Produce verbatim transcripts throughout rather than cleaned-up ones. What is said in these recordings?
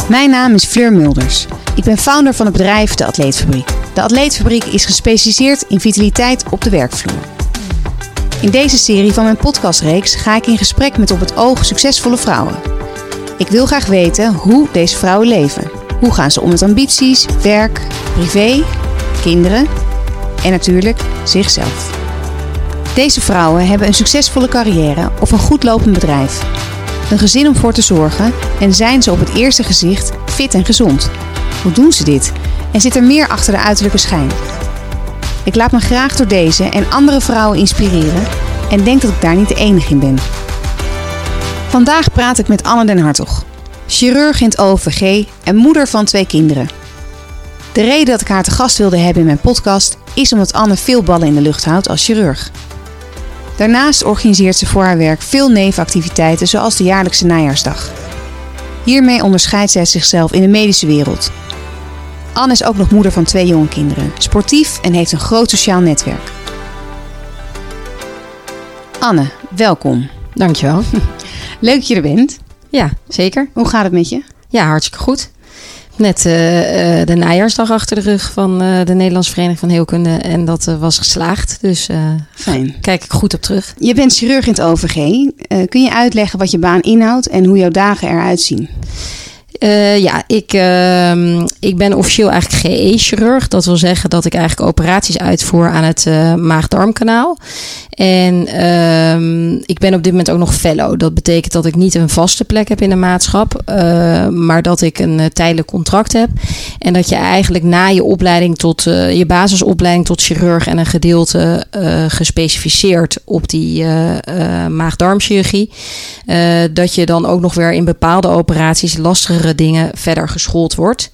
Mijn naam is Fleur Mulders. Ik ben founder van het bedrijf De Atleetfabriek. De Atleetfabriek is gespecialiseerd in vitaliteit op de werkvloer. In deze serie van mijn podcastreeks ga ik in gesprek met op het oog succesvolle vrouwen. Ik wil graag weten hoe deze vrouwen leven. Hoe gaan ze om met ambities, werk, privé, kinderen en natuurlijk zichzelf. Deze vrouwen hebben een succesvolle carrière of een goed lopend bedrijf. Een gezin om voor te zorgen en zijn ze op het eerste gezicht fit en gezond. Hoe doen ze dit? En zit er meer achter de uiterlijke schijn? Ik laat me graag door deze en andere vrouwen inspireren en denk dat ik daar niet de enige in ben. Vandaag praat ik met Anne den Hartog, chirurg in het O V G en moeder van twee kinderen. De reden dat ik haar te gast wilde hebben in mijn podcast is omdat Anne veel ballen in de lucht houdt als chirurg. Daarnaast organiseert ze voor haar werk veel nevenactiviteiten zoals de jaarlijkse najaarsdag. Hiermee onderscheidt zij zichzelf in de medische wereld. Anne is ook nog moeder van twee jonge kinderen, sportief en heeft een groot sociaal netwerk. Anne, welkom. Dankjewel. Leuk dat je er bent. Ja, zeker. Hoe gaat het met je? Ja, hartstikke goed. Net uh, uh, de najaarsdag achter de rug van uh, de Nederlandse Vereniging van Heelkunde. En dat uh, was geslaagd. Dus uh, fijn. Kijk ik goed op terug. Je bent chirurg in het O V G. Uh, kun je uitleggen wat je baan inhoudt en hoe jouw dagen eruit zien? Uh, ja, ik, uh, ik ben officieel eigenlijk G E-chirurg. Dat wil zeggen dat ik eigenlijk operaties uitvoer aan het uh, maag-darmkanaal. En uh, ik ben op dit moment ook nog fellow. Dat betekent dat ik niet een vaste plek heb in de maatschap. Uh, maar dat ik een uh, tijdelijk contract heb. En dat je eigenlijk na je opleiding tot uh, je basisopleiding tot chirurg en een gedeelte uh, gespecificeerd op die uh, uh, maag-darmchirurgie. Uh, dat je dan ook nog weer in bepaalde operaties lastigere dingen verder geschoold wordt.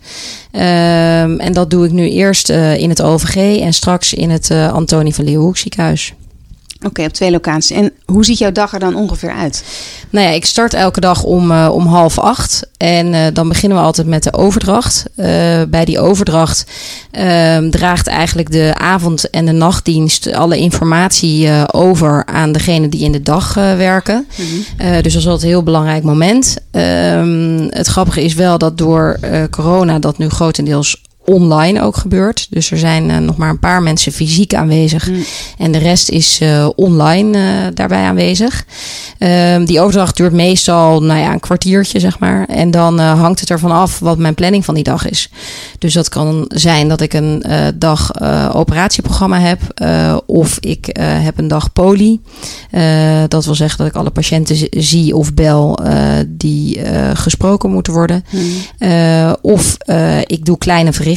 Um, en dat doe ik nu eerst uh, in het O V G en straks in het uh, Antonie van Leeuwenhoek ziekenhuis. Oké, okay, op twee locaties. En hoe ziet jouw dag er dan ongeveer uit? Nou ja, ik start elke dag om, uh, om half acht. En uh, dan beginnen we altijd met de overdracht. Uh, bij die overdracht uh, draagt eigenlijk de avond- en de nachtdienst alle informatie uh, over aan degene die in de dag uh, werken. Mm-hmm. Uh, dus dat is altijd een heel belangrijk moment. Uh, het grappige is wel dat door uh, corona dat nu grotendeels online ook gebeurt. Dus er zijn uh, nog maar een paar mensen fysiek aanwezig. Mm. En de rest is uh, online uh, daarbij aanwezig. Uh, die overdracht duurt meestal nou ja, een kwartiertje, zeg maar. En dan uh, hangt het ervan af wat mijn planning van die dag is. Dus dat kan zijn dat ik een uh, dag uh, operatieprogramma heb. Uh, of ik uh, heb een dag poli. Uh, dat wil zeggen dat ik alle patiënten z- zie of bel uh, die uh, gesproken moeten worden. Mm. Uh, of uh, ik doe kleine verrichtingen.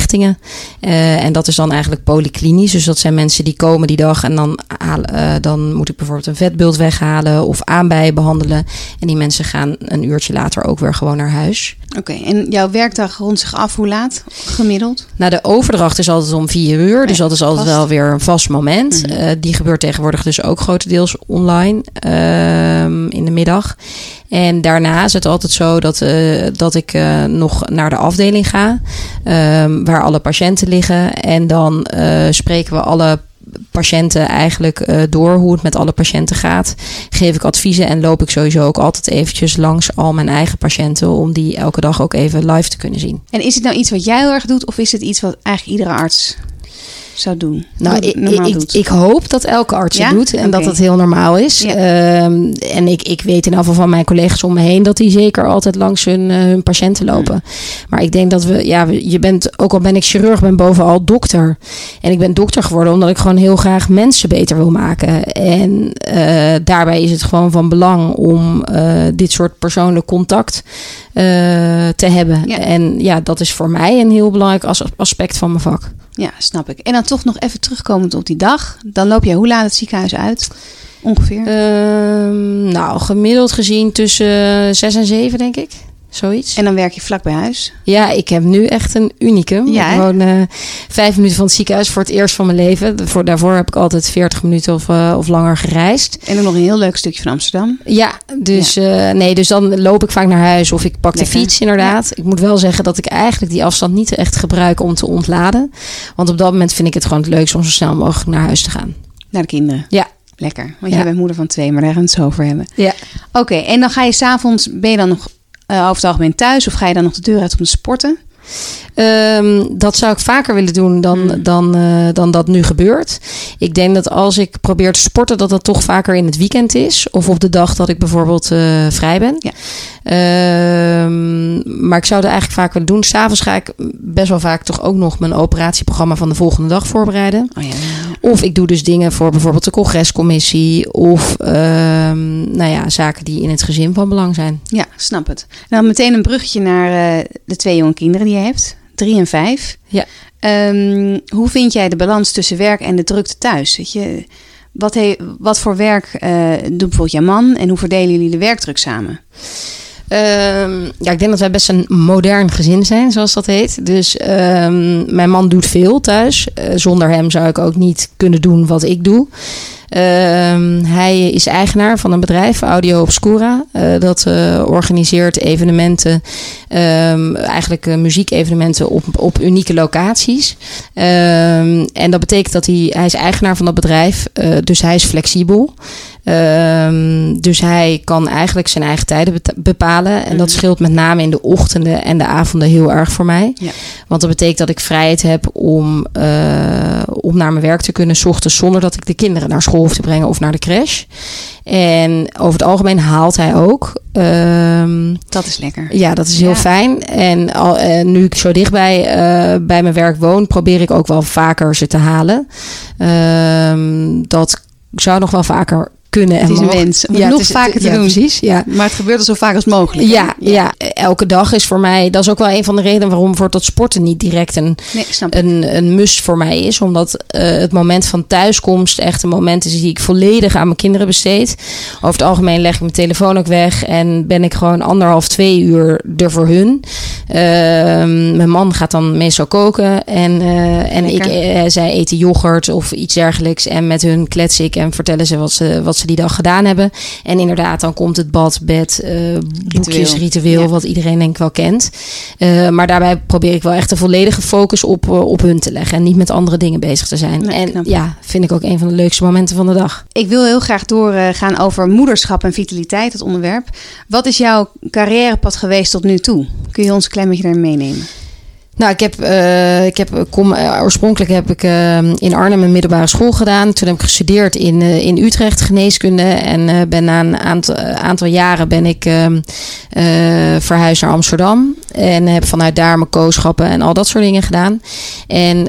Uh, en dat is dan eigenlijk polyklinisch. Dus dat zijn mensen die komen die dag en dan, halen, uh, dan moet ik bijvoorbeeld een vetbult weghalen of aanbijen behandelen. En die mensen gaan een uurtje later ook weer gewoon naar huis. Oké, okay, en jouw werkdag rondt zich af hoe laat gemiddeld? Nou, de overdracht is altijd om vier uur. Dus dat is altijd vast. Wel weer een vast moment. Mm-hmm. Uh, die gebeurt tegenwoordig dus ook grotendeels online uh, in de middag. En daarna is het altijd zo dat, uh, dat ik uh, nog naar de afdeling ga. Uh, waar alle patiënten liggen. En dan uh, spreken we alle patiënten eigenlijk uh, door hoe het met alle patiënten gaat. Geef ik adviezen en loop ik sowieso ook altijd eventjes langs al mijn eigen patiënten om die elke dag ook even live te kunnen zien. En is het nou iets wat jij heel erg doet of is het iets wat eigenlijk iedere arts zou doen? Nou, ik, ik, ik hoop dat elke arts ja? het doet en okay. dat dat heel normaal is. Ja. Um, en ik, ik weet in afval van mijn collega's om me heen dat die zeker altijd langs hun, uh, hun patiënten lopen. Mm. Maar ik denk dat we, ja, je bent, ook al ben ik chirurg, ben bovenal dokter. En ik ben dokter geworden omdat ik gewoon heel graag mensen beter wil maken. En uh, daarbij is het gewoon van belang om uh, dit soort persoonlijk contact uh, te hebben. Ja. En ja, dat is voor mij een heel belangrijk as- aspect van mijn vak. Ja, snap ik. En dan toch nog even terugkomend op die dag. Dan loop jij hoe laat het ziekenhuis uit? Ongeveer? Uh, nou, gemiddeld gezien tussen zes en zeven, denk ik. Zoiets. En dan werk je vlak bij huis? Ja, ik heb nu echt een unicum. Ja, ik woon uh, vijf minuten van het ziekenhuis voor het eerst van mijn leven. Voor, daarvoor heb ik altijd veertig minuten of, uh, of langer gereisd. En dan nog een heel leuk stukje van Amsterdam. Ja, dus, ja. Uh, nee, dus dan loop ik vaak naar huis of ik pak Lekker. de fiets inderdaad. Ja. Ik moet wel zeggen dat ik eigenlijk die afstand niet echt gebruik om te ontladen. Want op dat moment vind ik het gewoon het leukst om zo snel mogelijk naar huis te gaan. Naar de kinderen? Ja. Lekker, want ja. jij bent moeder van twee, maar daar gaan we het zo over hebben. Ja. Oké, okay, en dan ga je s'avonds, ben je dan nog uh, over het algemeen thuis? Of ga je dan nog de deur uit om te sporten? Um, dat zou ik vaker willen doen dan, hmm. dan, uh, dan dat nu gebeurt. Ik denk dat als ik probeer te sporten, dat dat toch vaker in het weekend is. Of op de dag dat ik bijvoorbeeld uh, vrij ben. Ja. Um, maar ik zou het eigenlijk vaak willen doen. 'S Avonds ga ik best wel vaak toch ook nog mijn operatieprogramma van de volgende dag voorbereiden. Oh ja, ja, ja. Of ik doe dus dingen voor bijvoorbeeld de congrescommissie. Of um, nou ja, zaken die in het gezin van belang zijn. Ja, snap het. Dan meteen een bruggetje naar uh, de twee jonge kinderen die je hebt. Drie en vijf. Ja. Um, hoe vind jij de balans tussen werk en de drukte thuis? Weet je, wat, he, wat voor werk uh, doet bijvoorbeeld jouw man en hoe verdelen jullie de werkdruk samen? Um, ja, ik denk dat wij best een modern gezin zijn, zoals dat heet. Dus um, mijn man doet veel thuis. Uh, zonder hem zou ik ook niet kunnen doen wat ik doe. Um, hij is eigenaar van een bedrijf, Audio Obscura. Uh, dat uh, organiseert evenementen, um, eigenlijk uh, muziekevenementen op, op unieke locaties. Um, en dat betekent dat hij, hij is eigenaar van dat bedrijf, uh, dus hij is flexibel. Um, dus hij kan eigenlijk zijn eigen tijden bepalen. En dat scheelt met name in de ochtenden en de avonden heel erg voor mij. Ja. Want dat betekent dat ik vrijheid heb om, uh, om naar mijn werk te kunnen 's ochtends zonder dat ik de kinderen naar school hoef te brengen of naar de crash. En over het algemeen haalt hij ook. Um, dat is lekker. Ja, dat is heel ja. fijn. En al, uh, nu ik zo dichtbij uh, bij mijn werk woon, probeer ik ook wel vaker ze te halen. Um, dat zou nog wel vaker kunnen. Het is een wens om ja, nog is, vaker te ja, doen. Precies, ja. Maar het gebeurt er zo vaak als mogelijk. Ja, ja. ja, elke dag is voor mij... Dat is ook wel een van de redenen waarom voor dat sporten niet direct een, nee, een, een must voor mij is. Omdat uh, het moment van thuiskomst echt een moment is die ik volledig aan mijn kinderen besteed. Over het algemeen leg ik mijn telefoon ook weg en ben ik gewoon anderhalf, twee uur er voor hun. Uh, mijn man gaat dan meestal koken en, uh, en ik, uh, zij eten yoghurt of iets dergelijks. En met hun klets ik en vertellen ze wat ze, wat ze die dag gedaan hebben. En inderdaad, dan komt het bad, bed, uh, boekjes, ritueel, ritueel ja. wat iedereen denk ik wel kent. Uh, maar daarbij probeer ik wel echt een volledige focus op, uh, op hun te leggen en niet met andere dingen bezig te zijn. Nee, en knap. Ja, vind ik ook een van de leukste momenten van de dag. Ik wil heel graag doorgaan uh, over moederschap en vitaliteit, het onderwerp. Wat is jouw carrièrepad geweest tot nu toe? Kun je ons een klein beetje daarin meenemen? Nou, ik heb, uh, ik heb kom, uh, oorspronkelijk heb ik uh, in Arnhem een middelbare school gedaan. Toen heb ik gestudeerd in, uh, in Utrecht geneeskunde. En uh, ben na een aantal, uh, aantal jaren ben ik uh, uh, verhuisd naar Amsterdam. En heb vanuit daar mijn kooschappen en al dat soort dingen gedaan. En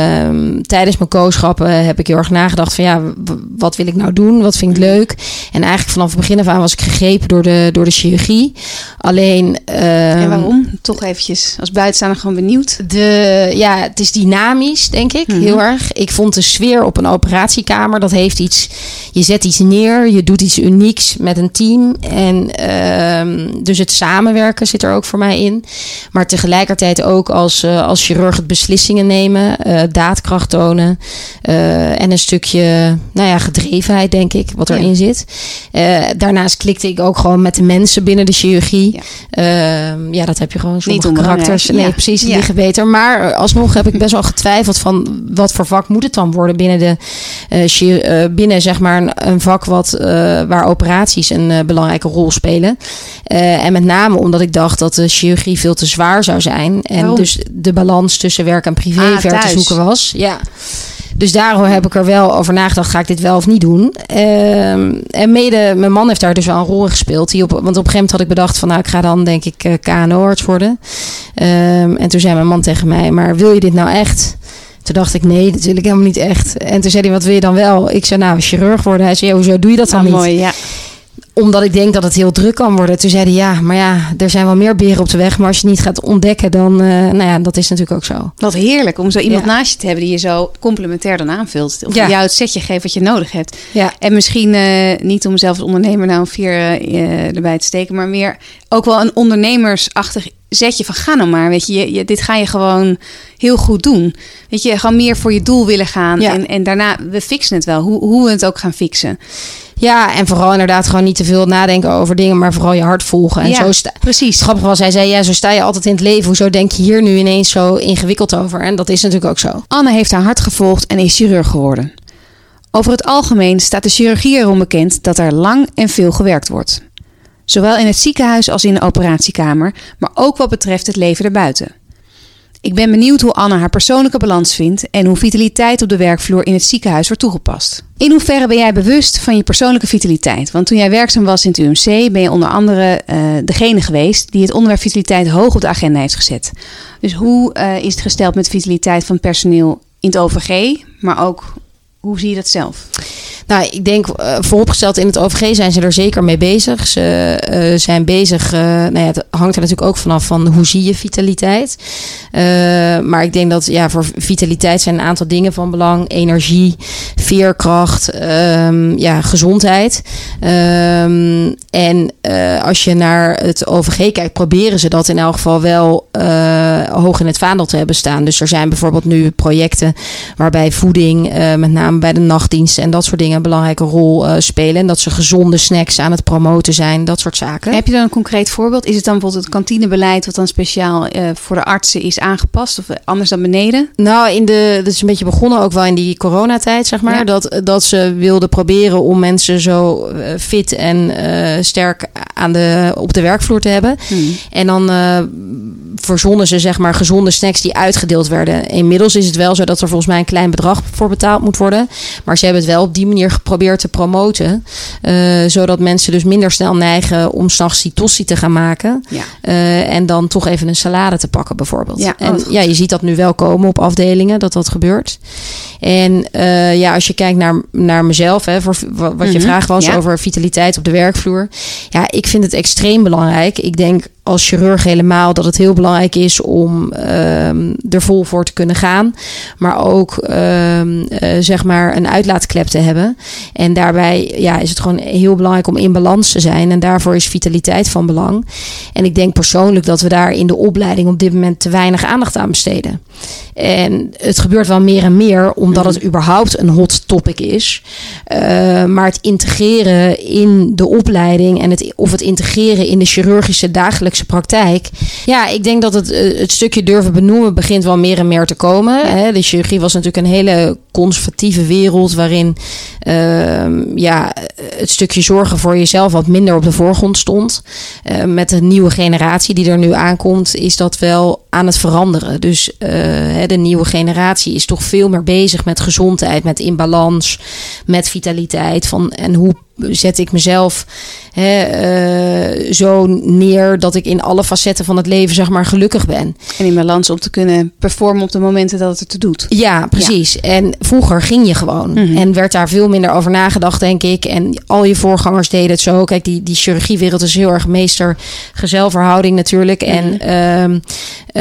uh, tijdens mijn kooschappen heb ik heel erg nagedacht van ja, w- wat wil ik nou doen? Wat vind ik leuk? En eigenlijk vanaf het begin af aan was ik gegrepen door de, door de chirurgie. Alleen... Uh, en waarom? Toch eventjes als buitenstaander gewoon benieuwd. De, ja, het is dynamisch, denk ik, mm-hmm. heel erg. Ik vond de sfeer op een operatiekamer, dat heeft iets... Je zet iets neer, je doet iets unieks met een team. En uh, dus het samenwerken zit er ook voor mij in. Maar tegelijkertijd ook als, uh, als chirurg het beslissingen nemen, uh, daadkracht tonen. Uh, en een stukje, nou ja, gedrevenheid, denk ik, wat erin ja. zit. Uh, daarnaast klikte ik ook gewoon met de mensen binnen de chirurgie. Ja, uh, ja dat heb je gewoon sommige karakters. Nee, ja. precies. Ja. Beter. Maar alsnog heb ik best wel getwijfeld van wat voor vak moet het dan worden binnen de uh, chir- uh, binnen zeg maar een, een vak wat uh, waar operaties een uh, belangrijke rol spelen. Uh, en met name omdat ik dacht dat de chirurgie veel te zwaar zou zijn en Waarom? dus de balans tussen werk en privé ah, ver thuis. te zoeken was. Ja. Dus daarom heb ik er wel over nagedacht, ga ik dit wel of niet doen? Uh, en mede, mijn man heeft daar dus wel een rol in gespeeld. Die op, want op een gegeven moment had ik bedacht van, nou, ik ga dan denk ik uh, K N O-arts worden. Uh, en toen zei mijn man tegen mij, maar wil je dit nou echt? Toen dacht ik, nee, dat wil ik helemaal niet echt. En toen zei hij, wat wil je dan wel? Ik zei, nou, chirurg worden. Hij zei, hoezo doe je dat dan nou, niet? Mooi, ja. Omdat ik denk dat het heel druk kan worden. Toen zei hij, ja, maar ja, er zijn wel meer beren op de weg. Maar als je het niet gaat ontdekken, dan, uh, nou ja, dat is natuurlijk ook zo. Wat heerlijk om zo iemand ja. naast je te hebben die je zo complementair dan aanvult. Of ja. jou het setje geeft wat je nodig hebt. Ja. En misschien uh, niet om zelf als ondernemer nou een vier uh, erbij te steken, maar meer ook wel een ondernemersachtig zetje van ga nou maar, weet je, je, je, dit ga je gewoon heel goed doen. Weet je, gewoon meer voor je doel willen gaan. Ja. En, en daarna, we fixen het wel, hoe, hoe we het ook gaan fixen. Ja, en vooral inderdaad gewoon niet te veel nadenken over dingen, maar vooral je hart volgen. En ja, zo sta- precies. Het grappige was, hij zei, ja, zo sta je altijd in het leven. Hoezo denk je hier nu ineens zo ingewikkeld over? En dat is natuurlijk ook zo. Anne heeft haar hart gevolgd en is chirurg geworden. Over het algemeen staat de chirurgie erom bekend dat er lang en veel gewerkt wordt. Zowel in het ziekenhuis als in de operatiekamer, maar ook wat betreft het leven erbuiten. Ik ben benieuwd hoe Anne haar persoonlijke balans vindt en hoe vitaliteit op de werkvloer in het ziekenhuis wordt toegepast. In hoeverre ben jij bewust van je persoonlijke vitaliteit? Want toen jij werkzaam was in het U M C ben je onder andere uh, degene geweest die het onderwerp vitaliteit hoog op de agenda heeft gezet. Dus hoe uh, is het gesteld met vitaliteit van personeel in het O V G, maar ook hoe zie je dat zelf? Nou, ik denk uh, vooropgesteld in het O V G zijn ze er zeker mee bezig. Ze uh, zijn bezig, uh, nou ja, het hangt er natuurlijk ook vanaf van hoe zie je vitaliteit. Uh, maar ik denk dat ja, voor vitaliteit zijn een aantal dingen van belang. Energie, veerkracht, um, ja, gezondheid. Um, en uh, als je naar het O V G kijkt, proberen ze dat in elk geval wel uh, hoog in het vaandel te hebben staan. Dus er zijn bijvoorbeeld nu projecten waarbij voeding, uh, met name bij de nachtdiensten en dat soort dingen, een belangrijke rol uh, spelen. En dat ze gezonde snacks aan het promoten zijn, dat soort zaken. Heb je dan een concreet voorbeeld? Is het dan bijvoorbeeld het kantinebeleid wat dan speciaal uh, voor de artsen is aangepast of anders dan beneden? Nou, in de, dat is een beetje begonnen ook wel in die coronatijd, zeg maar. Ja. Dat, dat ze wilden proberen om mensen zo uh, fit en uh, sterk aan de, op de werkvloer te hebben. Hmm. En dan uh, verzonnen ze zeg maar gezonde snacks die uitgedeeld werden. Inmiddels is het wel zo dat er volgens mij een klein bedrag voor betaald moet worden. Maar ze hebben het wel op die manier geprobeerd te promoten. Uh, zodat mensen dus minder snel neigen om 's nachts die tosti te gaan maken. Ja. Uh, en dan toch even een salade te pakken bijvoorbeeld. Ja, en ja, je ziet dat nu wel komen op afdelingen, dat dat gebeurt. En uh, ja, als je kijkt naar, naar mezelf, hè, voor wat mm-hmm. je vraag was ja. over vitaliteit op de werkvloer. Ja, ik vind het extreem belangrijk. Ik denk als chirurg helemaal dat het heel belangrijk is om um, er vol voor te kunnen gaan. Maar ook um, uh, zeg maar een uitlaatklep te hebben. En daarbij ja, is het gewoon heel belangrijk om in balans te zijn. En daarvoor is vitaliteit van belang. En ik denk persoonlijk dat we daar in de opleiding op dit moment te weinig aandacht aan besteden. En het gebeurt wel meer en meer, omdat het überhaupt een hot topic is. Uh, maar het integreren in de opleiding en het, of het integreren in de chirurgische dagelijkse praktijk. Ja, ik denk dat het, het stukje durven benoemen begint wel meer en meer te komen. Hè. De chirurgie was natuurlijk een hele conservatieve wereld waarin uh, ja, het stukje zorgen voor jezelf wat minder op de voorgrond stond. Uh, met de nieuwe generatie die er nu aankomt, is dat wel aan het veranderen. Dus uh, de nieuwe generatie is toch veel meer bezig met gezondheid, met in balans, met vitaliteit. Van, en hoe zet ik mezelf hè, uh, zo neer dat ik in alle facetten van het leven zeg maar gelukkig ben. En in balans om te kunnen performen op de momenten dat het er toe doet. Ja, precies. Ja. En vroeger ging je gewoon. Mm-hmm. En werd daar veel minder over nagedacht, denk ik. En al je voorgangers deden het zo. Kijk, die, die chirurgiewereld is heel erg meester-gezelverhouding natuurlijk. Mm-hmm. En uh,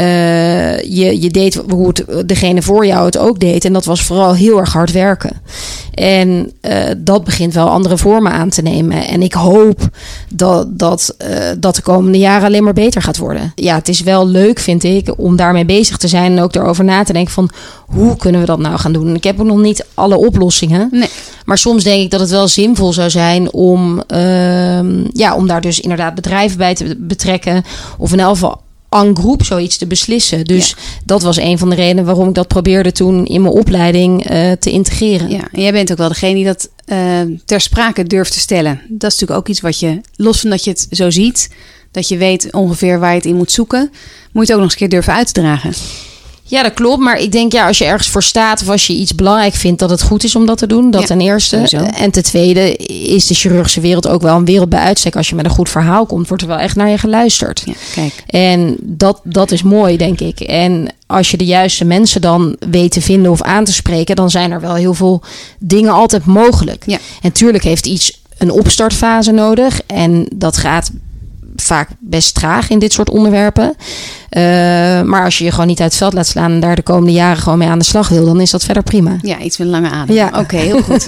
uh, je, je deed hoe het degene voor jou het ook deed. En dat was vooral heel erg hard werken. En uh, dat begint wel andere vormen aan te nemen. En ik hoop dat, dat, uh, dat de komende jaren alleen maar beter gaat worden. Ja, het is wel leuk, vind ik, om daarmee bezig te zijn en ook erover na te denken van hoe kunnen we dat nou gaan doen? Ik heb ook nog niet alle oplossingen. Nee. Maar soms denk ik dat het wel zinvol zou zijn om, uh, ja, om daar dus inderdaad bedrijven bij te betrekken. Of in elk geval en groep zoiets te beslissen. Dus ja. dat was een van de redenen waarom ik dat probeerde toen in mijn opleiding uh, te integreren. Ja, en jij bent ook wel degene die dat uh, ter sprake durft te stellen. Dat is natuurlijk ook iets wat je, los van dat je het zo ziet, dat je weet ongeveer waar je het in moet zoeken, moet je het ook nog eens een keer durven uit te dragen. Ja, dat klopt. Maar ik denk, ja, als je ergens voor staat of als je iets belangrijk vindt, dat het goed is om dat te doen. Dat ja, ten eerste. Sowieso. En ten tweede is de chirurgische wereld ook wel een wereld bij uitstek. Als je met een goed verhaal komt, wordt er wel echt naar je geluisterd. Ja, kijk. En dat, dat is mooi, denk ik. En als je de juiste mensen dan weet te vinden of aan te spreken, dan zijn er wel heel veel dingen altijd mogelijk. Ja. En tuurlijk heeft iets een opstartfase nodig. En dat gaat vaak best traag in dit soort onderwerpen. Uh, maar als je je gewoon niet uit het veld laat slaan en daar de komende jaren gewoon mee aan de slag wil, dan is dat verder prima. Ja, iets met een lange adem. Ja. Oké, okay, heel goed.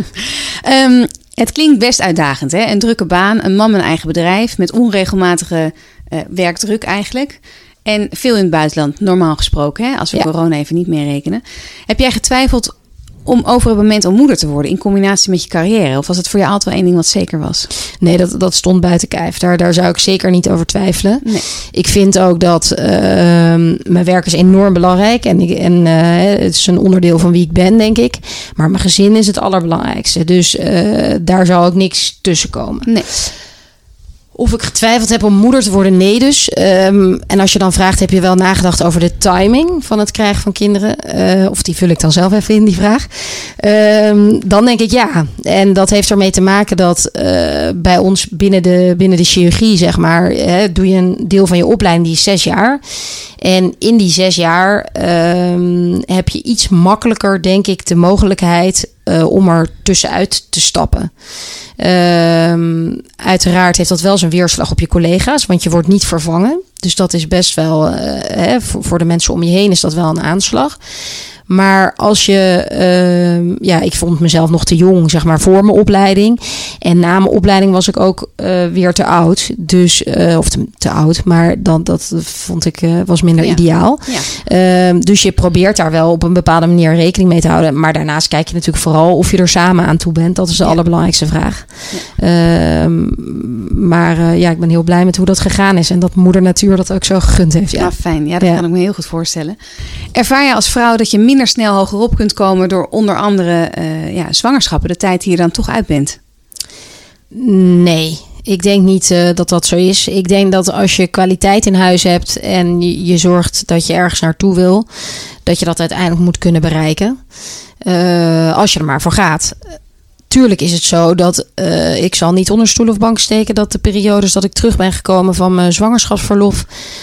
um, het klinkt best uitdagend, hè? Een drukke baan, een man met een eigen bedrijf met onregelmatige uh, werkdruk eigenlijk. En veel in het buitenland, normaal gesproken, hè? Als we ja. corona even niet meer rekenen. Heb jij getwijfeld om over het moment om moeder te worden in combinatie met je carrière? Of was het voor je altijd wel één ding wat zeker was? Nee, dat, dat stond buiten kijf. Daar, daar zou ik zeker niet over twijfelen. Nee. Ik vind ook dat uh, mijn werk is enorm belangrijk. En, ik, en uh, het is een onderdeel van wie ik ben, denk ik. Maar mijn gezin is het allerbelangrijkste. Dus uh, daar zou ook niks tussen komen. Nee. Of ik getwijfeld heb om moeder te worden? Nee dus. Um, en als je dan vraagt, heb je wel nagedacht over de timing van het krijgen van kinderen? Uh, of die vul ik dan zelf even in, die vraag. Um, dan denk ik ja. En dat heeft ermee te maken dat uh, bij ons binnen de, binnen de chirurgie, zeg maar, hè, doe je een deel van je opleiding, die is zes jaar. En in die zes jaar um, heb je iets makkelijker, denk ik, de mogelijkheid uh, om er tussenuit te stappen. Um, uiteraard heeft dat wel zijn weerslag op je collega's, want je wordt niet vervangen. Dus dat is best wel, uh, hè, voor, voor de mensen om je heen is dat wel een aanslag. Maar als je, uh, ja, ik vond mezelf nog te jong, zeg maar, voor mijn opleiding. En na mijn opleiding was ik ook uh, weer te oud. Dus, uh, of te, te oud, maar dan, dat vond ik, uh, was minder ja. ideaal. Ja. Uh, dus je probeert daar wel op een bepaalde manier rekening mee te houden. Maar daarnaast kijk je natuurlijk vooral of je er samen aan toe bent. Dat is de ja. allerbelangrijkste vraag. Ja. Uh, maar uh, ja, ik ben heel blij met hoe dat gegaan is. En dat moeder natuur dat ook zo gegund heeft. Ja, ja fijn. Ja, dat ja. kan ik me heel goed voorstellen. Ervaar je als vrouw dat je minder snel hogerop kunt komen door onder andere uh, ja, zwangerschappen, de tijd die je dan toch uit bent? Nee, ik denk niet uh, dat dat zo is. Ik denk dat als je kwaliteit in huis hebt en je, je zorgt dat je ergens naartoe wil, dat je dat uiteindelijk moet kunnen bereiken. Uh, als je er maar voor gaat. Tuurlijk is het zo dat uh, ik zal niet onder stoel of bank steken dat de periodes dat ik terug ben gekomen van mijn zwangerschapsverlof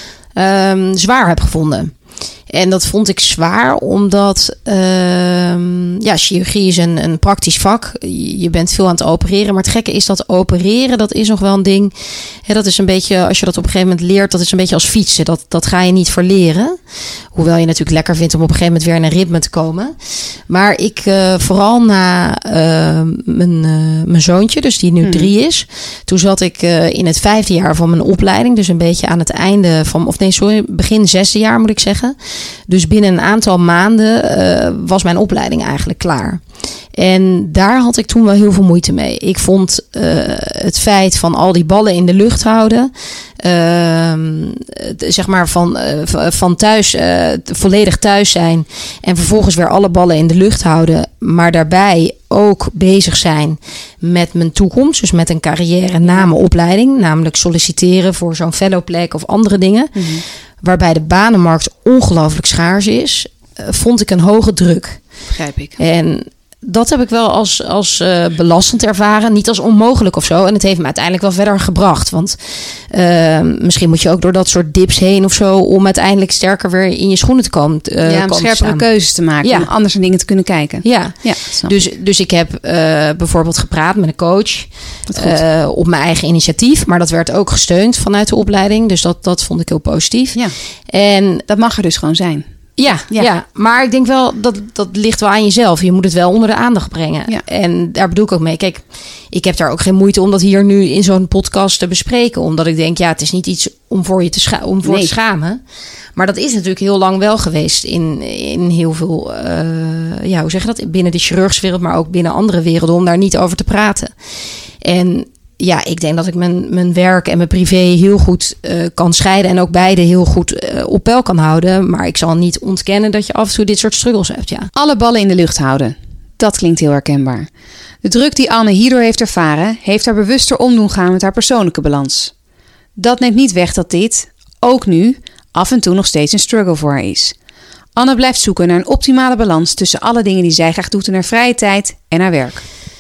um, zwaar heb gevonden. En dat vond ik zwaar, omdat uh, ja, chirurgie is een, een praktisch vak. Je bent veel aan het opereren. Maar het gekke is dat opereren, dat is nog wel een ding. Ja, dat is een beetje, als je dat op een gegeven moment leert, dat is een beetje als fietsen. Dat, dat ga je niet verleren. Hoewel je natuurlijk lekker vindt om op een gegeven moment weer in een ritme te komen. Maar ik, uh, vooral na uh, mijn, uh, mijn zoontje, dus die nu hmm. drie is. Toen zat ik uh, in het vijfde jaar van mijn opleiding. Dus een beetje aan het einde van, of nee, sorry, begin zesde jaar moet ik zeggen. Dus binnen een aantal maanden uh, was mijn opleiding eigenlijk klaar. En daar had ik toen wel heel veel moeite mee. Ik vond uh, het feit van al die ballen in de lucht houden, Uh, zeg maar van, uh, van thuis, uh, volledig thuis zijn en vervolgens weer alle ballen in de lucht houden, maar daarbij ook bezig zijn met mijn toekomst, dus met een carrière na mijn opleiding, namelijk solliciteren voor zo'n fellowplek of andere dingen, mm-hmm. waarbij de banenmarkt ongelooflijk schaars is, uh, vond ik een hoge druk. Begrijp ik. En dat heb ik wel als, als uh, belastend ervaren. Niet als onmogelijk of zo. En het heeft me uiteindelijk wel verder gebracht. Want uh, misschien moet je ook door dat soort dips heen of zo, om uiteindelijk sterker weer in je schoenen te komen. Uh, ja, om scherpere keuzes te maken. Ja. Om anders naar dingen te kunnen kijken. Ja, ja dus, dus ik heb uh, bijvoorbeeld gepraat met een coach. Uh, op mijn eigen initiatief. Maar dat werd ook gesteund vanuit de opleiding. Dus dat, dat vond ik heel positief. Ja. En dat mag er dus gewoon zijn. Ja, ja. ja, maar ik denk wel, dat, dat ligt wel aan jezelf. Je moet het wel onder de aandacht brengen. Ja. En daar bedoel ik ook mee. Kijk, ik heb daar ook geen moeite om dat hier nu in zo'n podcast te bespreken. Omdat ik denk, ja, het is niet iets om voor je te, scha- om voor nee. te schamen. Maar dat is natuurlijk heel lang wel geweest in, in heel veel, uh, ja, hoe zeg je dat? Binnen de chirurgische wereld, maar ook binnen andere werelden, om daar niet over te praten. En ja, ik denk dat ik mijn, mijn werk en mijn privé heel goed uh, kan scheiden. En ook beide heel goed uh, op peil kan houden. Maar ik zal niet ontkennen dat je af en toe dit soort struggles hebt, ja. Alle ballen in de lucht houden. Dat klinkt heel herkenbaar. De druk die Anne hierdoor heeft ervaren, heeft haar bewuster om doen gaan met haar persoonlijke balans. Dat neemt niet weg dat dit, ook nu, af en toe nog steeds een struggle voor haar is. Anne blijft zoeken naar een optimale balans tussen alle dingen die zij graag doet in haar vrije tijd en haar werk.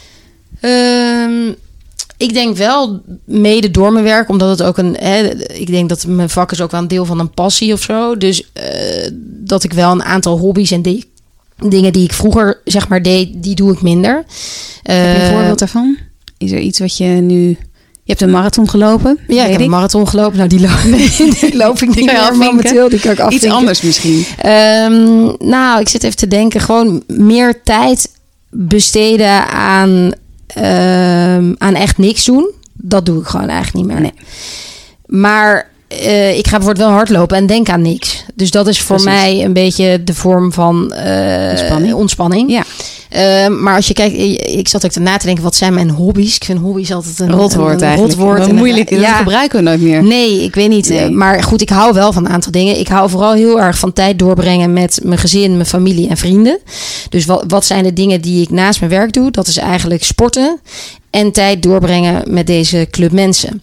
Um... Ik denk wel, mede door mijn werk, omdat het ook een, hè, ik denk dat mijn vak is ook wel een deel van een passie of zo. Dus uh, dat ik wel een aantal hobby's en de, dingen die ik vroeger zeg maar deed, die doe ik minder. Uh, heb je een voorbeeld daarvan? Is er iets wat je nu... Je hebt een marathon gelopen? Ja, ik heb ik. een marathon gelopen. Nou, die, lo- die loop ik niet meer momenteel. Die kan ik afvinken. Iets anders misschien? Um, nou, ik zit even te denken. Gewoon meer tijd besteden aan... Uh, aan echt niks doen. Dat doe ik gewoon eigenlijk niet meer. Nee. Maar uh, ik ga bijvoorbeeld wel hardlopen en denk aan niks. Dus dat is voor Precies. mij een beetje de vorm van uh, ontspanning. ontspanning. Ja. Uh, maar als je kijkt, ik zat ook na te denken, wat zijn mijn hobby's? Ik vind hobby's altijd een rotwoord een, een eigenlijk. Rotwoord en moeilijk, dat ja, gebruiken we nooit meer. Nee, ik weet niet. Nee. Maar goed, ik hou wel van een aantal dingen. Ik hou vooral heel erg van tijd doorbrengen met mijn gezin, mijn familie en vrienden. Dus wat, wat zijn de dingen die ik naast mijn werk doe? Dat is eigenlijk sporten en tijd doorbrengen met deze club mensen.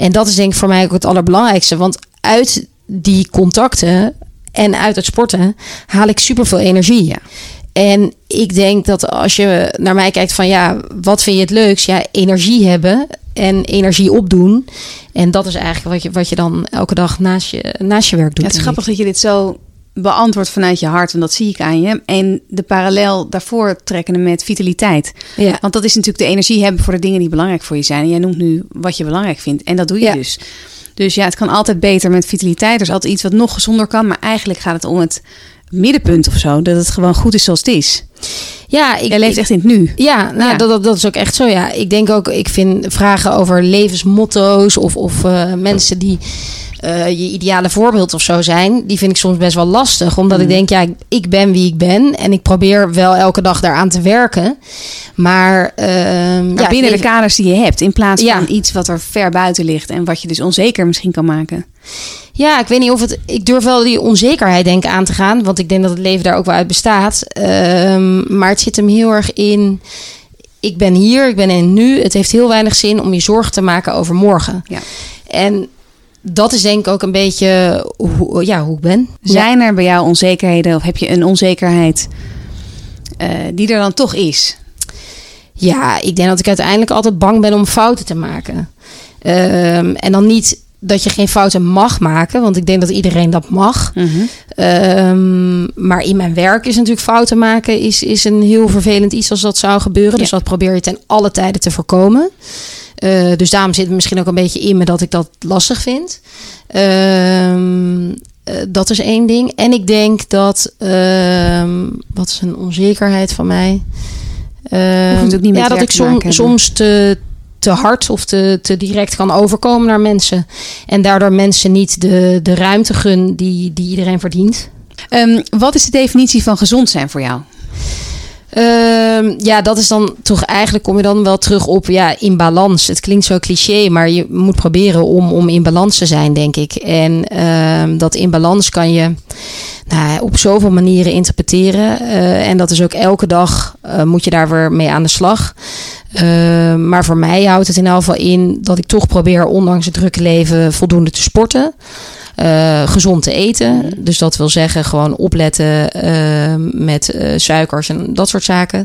En dat is denk ik voor mij ook het allerbelangrijkste. Want uit die contacten en uit het sporten haal ik superveel energie. Ja. En ik denk dat als je naar mij kijkt van ja, wat vind je het leukst? Ja, energie hebben en energie opdoen. En dat is eigenlijk wat je, wat je dan elke dag naast je, naast je werk doet. Ja, het is grappig dat je dit zo beantwoordt vanuit je hart. En dat zie ik aan je. En de parallel daarvoor trekkende met vitaliteit. Ja. Want dat is natuurlijk de energie hebben voor de dingen die belangrijk voor je zijn. En jij noemt nu wat je belangrijk vindt. En dat doe je Ja. dus. Dus ja, het kan altijd beter met vitaliteit. Er is altijd iets wat nog gezonder kan. Maar eigenlijk gaat het om het middenpunt of zo. Dat het gewoon goed is zoals het is. Ja, ik, Jij leeft ik- echt in het nu. Ja, nou, Ja. Dat, dat, dat is ook echt zo. Ja, ik denk ook, ik vind vragen over levensmotto's of, of uh, mensen die uh, je ideale voorbeeld of zo zijn, die vind ik soms best wel lastig. Omdat Mm. ik denk, ja, ik, ik ben wie ik ben en ik probeer wel elke dag daaraan te werken. Maar, uh, Maar ja, binnen ik- de kaders die je hebt. In plaats Ja. van iets wat er ver buiten ligt. En wat je dus onzeker misschien kan maken. Ja, ik weet niet of het. Ik durf wel die onzekerheid denk ik aan te gaan, want ik denk dat het leven daar ook wel uit bestaat. Ehm, maar het zit hem heel erg in. Ik ben hier, ik ben in het nu. Het heeft heel weinig zin om je zorgen te maken over morgen. Ja. En dat is denk ik ook een beetje hoe, ja, hoe ik ben. Zijn er bij jou onzekerheden? Of heb je een onzekerheid uh, die er dan toch is? Ja, ik denk dat ik uiteindelijk altijd bang ben om fouten te maken. Ehm, en dan niet dat je geen fouten mag maken, want ik denk dat iedereen dat mag. Mm-hmm. Um, maar in mijn werk is natuurlijk fouten maken is, is een heel vervelend iets als dat zou gebeuren. Dus Ja. dat probeer je ten alle tijden te voorkomen. Uh, dus daarom zit het misschien ook een beetje in me dat ik dat lastig vind. Um, uh, dat is één ding. En ik denk dat, um, wat is een onzekerheid van mij? Um, natuurlijk niet met ja, dat werk ik te maken som, hebben. soms te, te hard of te, te direct kan overkomen naar mensen. En daardoor mensen niet de, de ruimte gun die, die iedereen verdient. Um, wat is de definitie van gezond zijn voor jou? Um, ja, dat is dan toch eigenlijk, kom je dan wel terug op ja, in balans. Het klinkt zo cliché, maar je moet proberen om, om in balans te zijn, denk ik. En um, dat in balans kan je nou, op zoveel manieren interpreteren. Uh, en dat is ook elke dag uh, moet je daar weer mee aan de slag. Uh, maar voor mij houdt het in elk geval in dat ik toch probeer, ondanks het drukke leven, voldoende te sporten. Uh, gezond te eten. Dus dat wil zeggen gewoon opletten uh, met uh, suikers en dat soort zaken.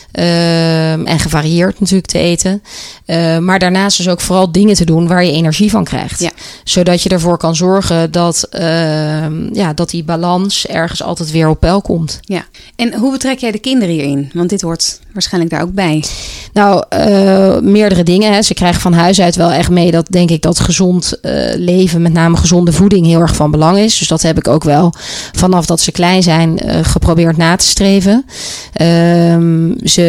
Uh, en gevarieerd natuurlijk te eten. Uh, maar daarnaast dus ook vooral dingen te doen waar je energie van krijgt. Ja. Zodat je ervoor kan zorgen dat, uh, ja, dat die balans ergens altijd weer op peil komt. Ja. En hoe betrek jij de kinderen hierin? Want dit hoort waarschijnlijk daar ook bij. Nou, uh, meerdere dingen. Hè. Ze krijgen van huis uit wel echt mee dat, denk ik, dat gezond uh, leven, met name gezonde voeding, heel erg van belang is. Dus dat heb ik ook wel vanaf dat ze klein zijn uh, geprobeerd na te streven. Um, ze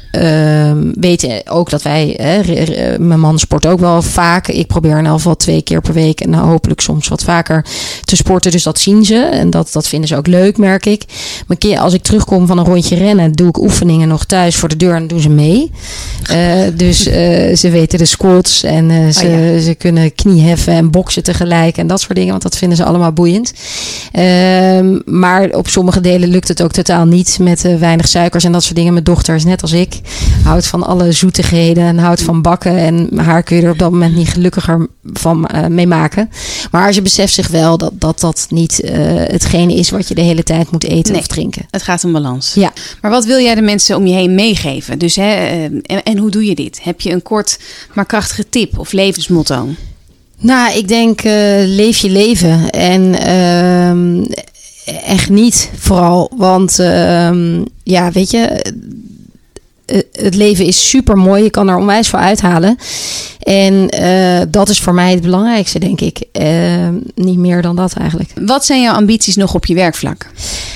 uh, weten ook dat wij, hè, re, re, mijn man sport ook wel vaak. Ik probeer in elk geval twee keer per week en nou, hopelijk soms wat vaker te sporten. Dus dat zien ze en dat, dat vinden ze ook leuk, merk ik. Maar keer, als ik terugkom van een rondje rennen, doe ik oefeningen nog thuis voor de deur en doen ze mee. Uh, dus uh, ze weten de squats en uh, ze, oh ja. ze kunnen knieheffen en boksen tegelijk en dat soort dingen, want dat vinden ze allemaal boeiend. Uh, maar op sommige delen lukt het ook totaal niet met uh, weinig suikers en dat soort dingen. Mijn dochter is net als ik, houdt van alle zoetigheden en houdt van bakken en haar kun je er op dat moment niet gelukkiger van uh, mee maken. Maar ze beseft zich wel dat dat, dat niet uh, hetgene is wat je de hele tijd moet eten Nee, of drinken. Het gaat om balans. Ja. Maar wat wil jij de mensen om je heen meegeven? Dus, hè, en, en hoe doe je dit? Heb je een kort maar krachtige tip of levensmotto? Nou, ik denk uh, leef je leven en, uh, en geniet vooral. Want uh, ja, weet je, uh, het leven is super mooi. Je kan er onwijs veel uithalen. En uh, dat is voor mij het belangrijkste, denk ik. Uh, niet meer dan dat eigenlijk. Wat zijn jouw ambities nog op je werkvlak?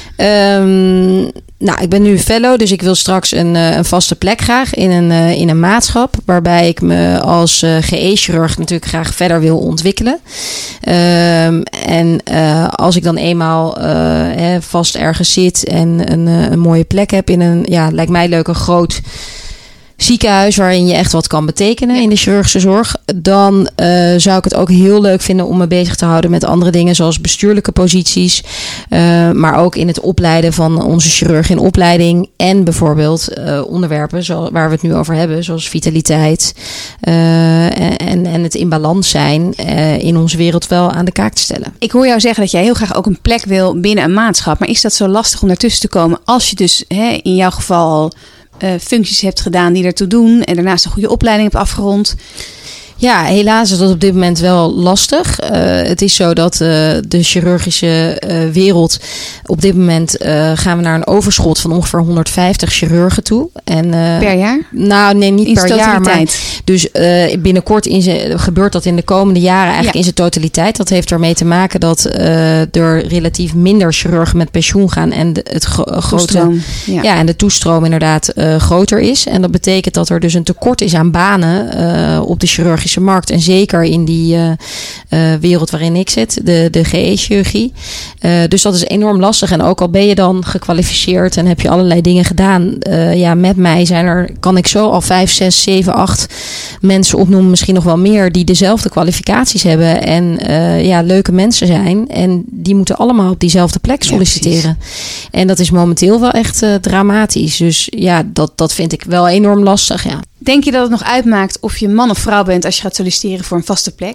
Um, nou, ik ben nu fellow, dus ik wil straks een, uh, een vaste plek graag in een, uh, in een maatschap. Waarbij ik me als uh, G E-chirurg natuurlijk graag verder wil ontwikkelen. Um, en uh, als ik dan eenmaal uh, hè, vast ergens zit en een, uh, een mooie plek heb in een, ja, lijkt mij leuk, een groot ziekenhuis waarin je echt wat kan betekenen in de chirurgische zorg, dan uh, zou ik het ook heel leuk vinden om me bezig te houden met andere dingen zoals bestuurlijke posities, uh, maar ook in het opleiden van onze chirurg in opleiding en bijvoorbeeld uh, onderwerpen zoals, waar we het nu over hebben, zoals vitaliteit uh, en, en, en het in balans zijn uh, in onze wereld wel aan de kaak te stellen. Ik hoor jou zeggen dat jij heel graag ook een plek wil binnen een maatschap. Maar is dat zo lastig om daartussen te komen als je dus hè, in jouw geval al uh, functies hebt gedaan die ertoe doen en daarnaast een goede opleiding hebt afgerond? Ja, helaas is dat op dit moment wel lastig. Uh, het is zo dat uh, de chirurgische uh, wereld... Op dit moment uh, gaan we naar een overschot van ongeveer honderdvijftig chirurgen toe. En, uh, per jaar? Nou, nee, niet in per jaar. Maar dus uh, binnenkort in ze, gebeurt dat in de komende jaren eigenlijk ja. in zijn totaliteit. Dat heeft ermee te maken dat uh, er relatief minder chirurgen met pensioen gaan. En de, het gro- grote, ja. ja, en de toestroom inderdaad uh, groter is. En dat betekent dat er dus een tekort is aan banen uh, op de chirurgische markt. En zeker in die uh, uh, wereld waarin ik zit, de, de G E-chirurgie. Uh, dus dat is enorm lastig. En ook al ben je dan gekwalificeerd en heb je allerlei dingen gedaan. Uh, ja, met mij zijn er, kan ik zo al vijf, zes, zeven, acht mensen opnoemen. Misschien nog wel meer die dezelfde kwalificaties hebben. En uh, ja, leuke mensen zijn. En die moeten allemaal op diezelfde plek solliciteren. Ja, en dat is momenteel wel echt uh, dramatisch. Dus ja, dat, dat vind ik wel enorm lastig, ja. Denk je dat het nog uitmaakt of je man of vrouw bent als je gaat solliciteren voor een vaste plek?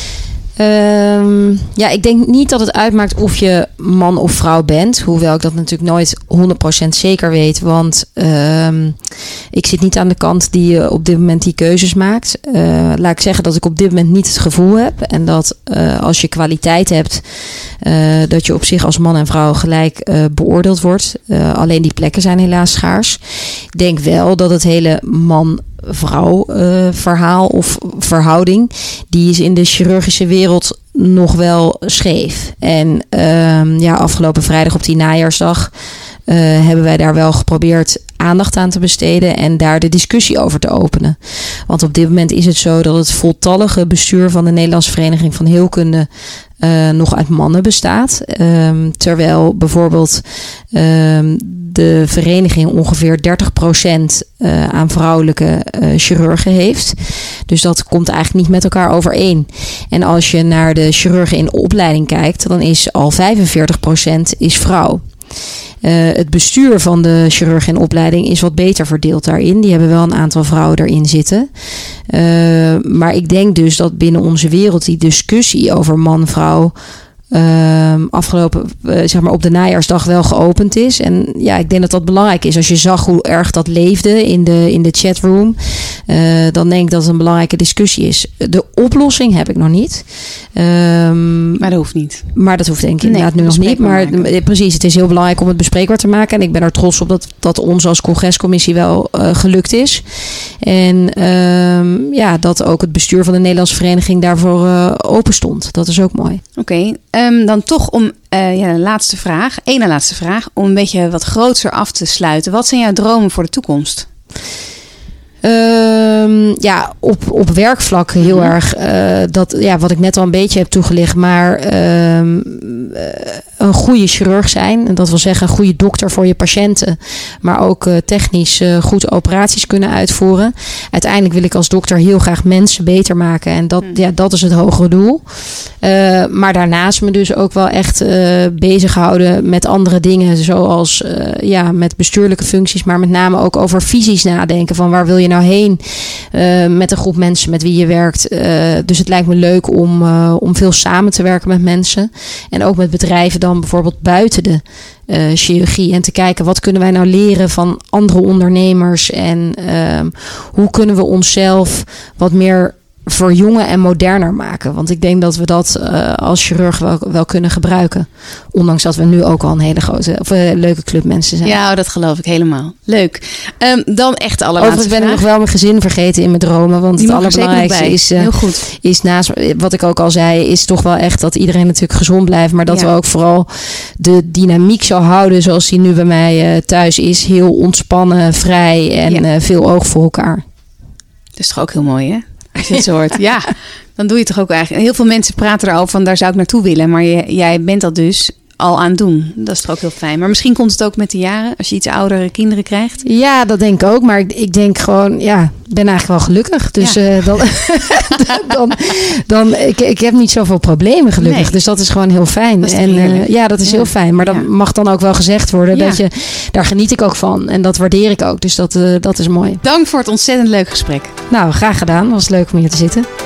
Um, ja, ik denk niet dat het uitmaakt of je man of vrouw bent. Hoewel ik dat natuurlijk nooit honderd procent zeker weet. Want um, ik zit niet aan de kant die uh, op dit moment die keuzes maakt. Uh, laat ik zeggen dat ik op dit moment niet het gevoel heb. En dat uh, als je kwaliteit hebt, uh, dat je op zich als man en vrouw gelijk uh, beoordeeld wordt. Uh, alleen die plekken zijn helaas schaars. Ik denk wel dat het hele man vrouw uh, verhaal of verhouding, die is in de chirurgische wereld nog wel scheef. En uh, ja, afgelopen vrijdag op die najaarsdag uh, hebben wij daar wel geprobeerd aandacht aan te besteden en daar de discussie over te openen. Want op dit moment is het zo dat het voltallige bestuur van de Nederlandse Vereniging van Heelkunde uh, nog uit mannen bestaat. Um, terwijl bijvoorbeeld um, de vereniging ongeveer dertig procent uh, aan vrouwelijke uh, chirurgen heeft. Dus dat komt eigenlijk niet met elkaar overeen. En als je naar de chirurgen in opleiding kijkt, dan is al vijfenveertig procent is vrouw. Uh, het bestuur van de chirurgen in opleiding is wat beter verdeeld daarin. Die hebben wel een aantal vrouwen erin zitten. Uh, maar ik denk dus dat binnen onze wereld die discussie over man-vrouw Uh, afgelopen, uh, zeg maar op de najaarsdag wel geopend is. En ja, ik denk dat dat belangrijk is. Als je zag hoe erg dat leefde in de, in de chatroom, uh, dan denk ik dat het een belangrijke discussie is. De oplossing heb ik nog niet. Um, maar dat hoeft niet. Maar dat hoeft denk ik nee, inderdaad nu nog niet. Maar maken. Precies, het is heel belangrijk om het bespreekbaar te maken. En ik ben er trots op dat, dat ons als congrescommissie wel uh, gelukt is. En um, ja, dat ook het bestuur van de Nederlandse Vereniging daarvoor uh, open stond. Dat is ook mooi. Oké. Okay. Um, dan toch om uh, ja, de laatste vraag, één laatste vraag, om een beetje wat groter af te sluiten. Wat zijn jouw dromen voor de toekomst? Um, ja, op, op werkvlak heel mm-hmm. erg. Uh, dat, ja, wat ik net al een beetje heb toegelicht. Maar um, uh, een goede chirurg zijn. En dat wil zeggen een goede dokter voor je patiënten. Maar ook uh, technisch uh, goed operaties kunnen uitvoeren. Uiteindelijk wil ik als dokter heel graag mensen beter maken. En dat, mm. ja, dat is het hogere doel. Uh, maar daarnaast me dus ook wel echt uh, bezighouden met andere dingen. Zoals uh, ja, met bestuurlijke functies. Maar met name ook over visies nadenken. Van waar wil je nou heen uh, met een groep mensen met wie je werkt. Uh, dus het lijkt me leuk om, uh, om veel samen te werken met mensen. En ook met bedrijven dan bijvoorbeeld buiten de uh, chirurgie. En te kijken wat kunnen wij nou leren van andere ondernemers. En uh, hoe kunnen we onszelf wat meer verjongen en moderner maken. Want ik denk dat we dat uh, als chirurg wel, wel kunnen gebruiken. Ondanks dat we nu ook al een hele grote of uh, leuke club mensen zijn. Ja, dat geloof ik helemaal. Leuk. Um, dan echt de allerlaatste Overigens ben ik nog wel mijn gezin vergeten in mijn dromen. Want die het allerbelangrijkste is, uh, Heel goed. is naast wat ik ook al zei, is toch wel echt dat iedereen natuurlijk gezond blijft. Maar dat ja. we ook vooral de dynamiek zo houden zoals die nu bij mij uh, thuis is. Heel ontspannen, vrij en ja. uh, veel oog voor elkaar. Dat is toch ook heel mooi, hè? Als je het zo hoort. Ja, dan doe je toch ook eigenlijk. Heel veel mensen praten erover van daar zou ik naartoe willen. Maar je, jij bent dat dus al aan het doen. Dat is toch ook heel fijn. Maar misschien komt het ook met de jaren. Als je iets oudere kinderen krijgt. Ja, dat denk ik ook. Maar ik, ik denk gewoon, ja, ik ben eigenlijk wel gelukkig. Dus ja. uh, dan, dan, dan ik, ik heb niet zoveel problemen gelukkig. Nee. Dus dat is gewoon heel fijn. En uh, ja, dat is ja. heel fijn. Maar dat ja. mag dan ook wel gezegd worden. Ja. Dat je, daar geniet ik ook van. En dat waardeer ik ook. Dus dat, uh, dat is mooi. Dank voor het ontzettend leuk gesprek. Nou, graag gedaan. Het was leuk om hier te zitten.